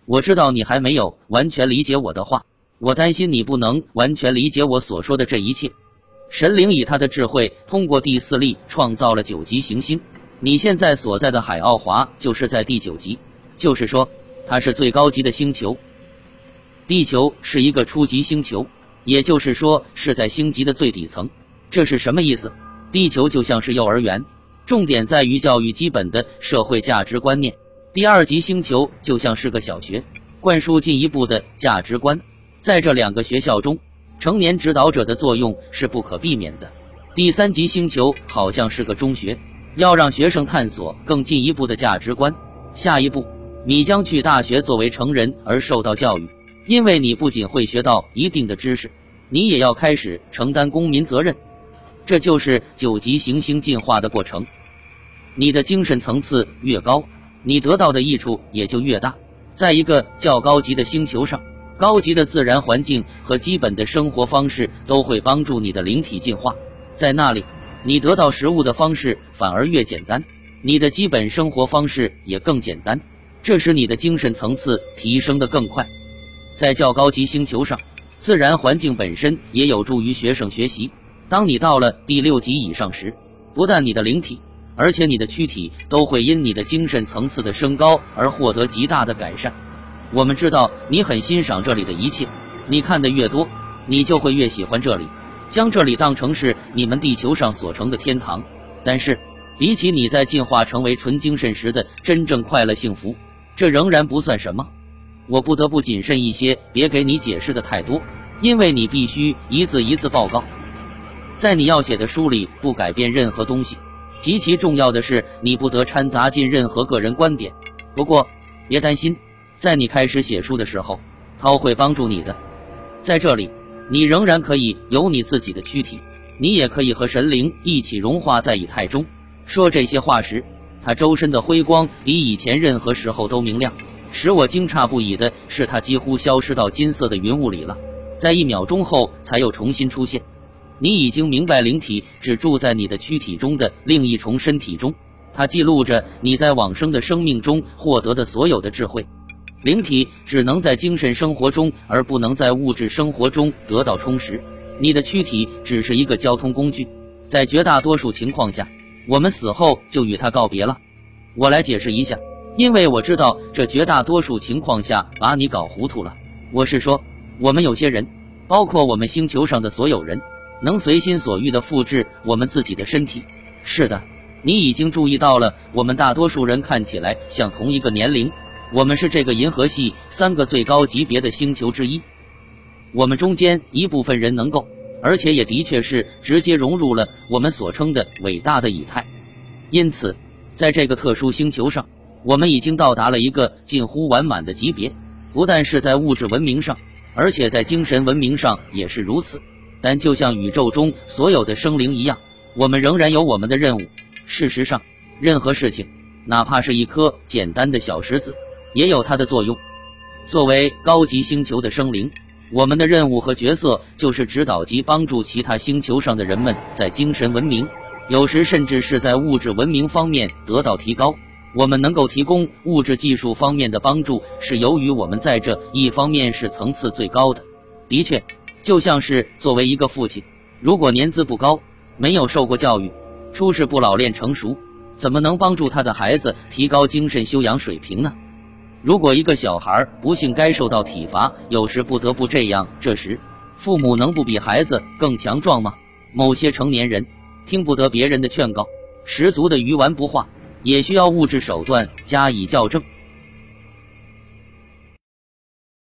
我知道你还没有完全理解我的话，我担心你不能完全理解我所说的这一切。神灵以他的智慧通过第4力创造了9级行星，你现在所在的海奥华就是在第9级，就是说它是最高级的星球。地球是一个初级星球，也就是说是在星级的最底层。这是什么意思？地球就像是幼儿园，重点在于教育基本的社会价值观念。第2级星球就像是个小学，灌输进一步的价值观。在这2个学校中，成年指导者的作用是不可避免的。第3级星球好像是个中学，要让学生探索更进一步的价值观。下一步，你将去大学作为成人而受到教育，因为你不仅会学到一定的知识，你也要开始承担公民责任。这就是9级行星进化的过程。你的精神层次越高，你得到的益处也就越大。在一个较高级的星球上，高级的自然环境和基本的生活方式都会帮助你的灵体进化。在那里，你得到食物的方式反而越简单，你的基本生活方式也更简单，这使你的精神层次提升得更快。在较高级星球上，自然环境本身也有助于学生学习。当你到了第6级以上时，不但你的灵体，而且你的躯体都会因你的精神层次的升高而获得极大的改善。我们知道你很欣赏这里的一切，你看得越多，你就会越喜欢这里，将这里当成是你们地球上所成的天堂。但是，比起你在进化成为纯精神时的真正快乐幸福，这仍然不算什么。我不得不谨慎一些，别给你解释的太多，因为你必须一字一字报告。在你要写的书里不改变任何东西，极其重要的是你不得掺杂进任何个人观点。不过别担心，在你开始写书的时候，它会帮助你的。在这里，你仍然可以有你自己的躯体，你也可以和神灵一起融化在以太中。说这些话时，它周身的辉光比以前任何时候都明亮，使我惊诧不已的是，它几乎消失到金色的云雾里了，在1秒钟后才又重新出现。你已经明白，灵体只住在你的躯体中的另一重身体中，它记录着你在往生的生命中获得的所有的智慧。灵体只能在精神生活中，而不能在物质生活中得到充实。你的躯体只是一个交通工具，在绝大多数情况下，我们死后就与它告别了。我来解释一下，因为我知道这绝大多数情况下把你搞糊涂了。我是说，我们有些人，包括我们星球上的所有人，能随心所欲地复制我们自己的身体。是的，你已经注意到了，我们大多数人看起来像同一个年龄。我们是这个银河系3个最高级别的星球之一。我们中间一部分人能够，而且也的确是直接融入了我们所称的伟大的以太。因此，在这个特殊星球上，我们已经到达了一个近乎完满的级别，不但是在物质文明上，而且在精神文明上也是如此。但就像宇宙中所有的生灵一样，我们仍然有我们的任务。事实上，任何事情，哪怕是一颗简单的小石子，也有它的作用。作为高级星球的生灵，我们的任务和角色就是指导及帮助其他星球上的人们在精神文明，有时甚至是在物质文明方面得到提高。我们能够提供物质技术方面的帮助，是由于我们在这一方面是层次最高的。的确，就像是作为一个父亲，如果年资不高，没有受过教育，出世不老练成熟，怎么能帮助他的孩子提高精神修养水平呢？如果一个小孩不幸该受到体罚，有时不得不这样，这时父母能不比孩子更强壮吗？某些成年人听不得别人的劝告，十足的鱼丸不化，也需要物质手段加以校正。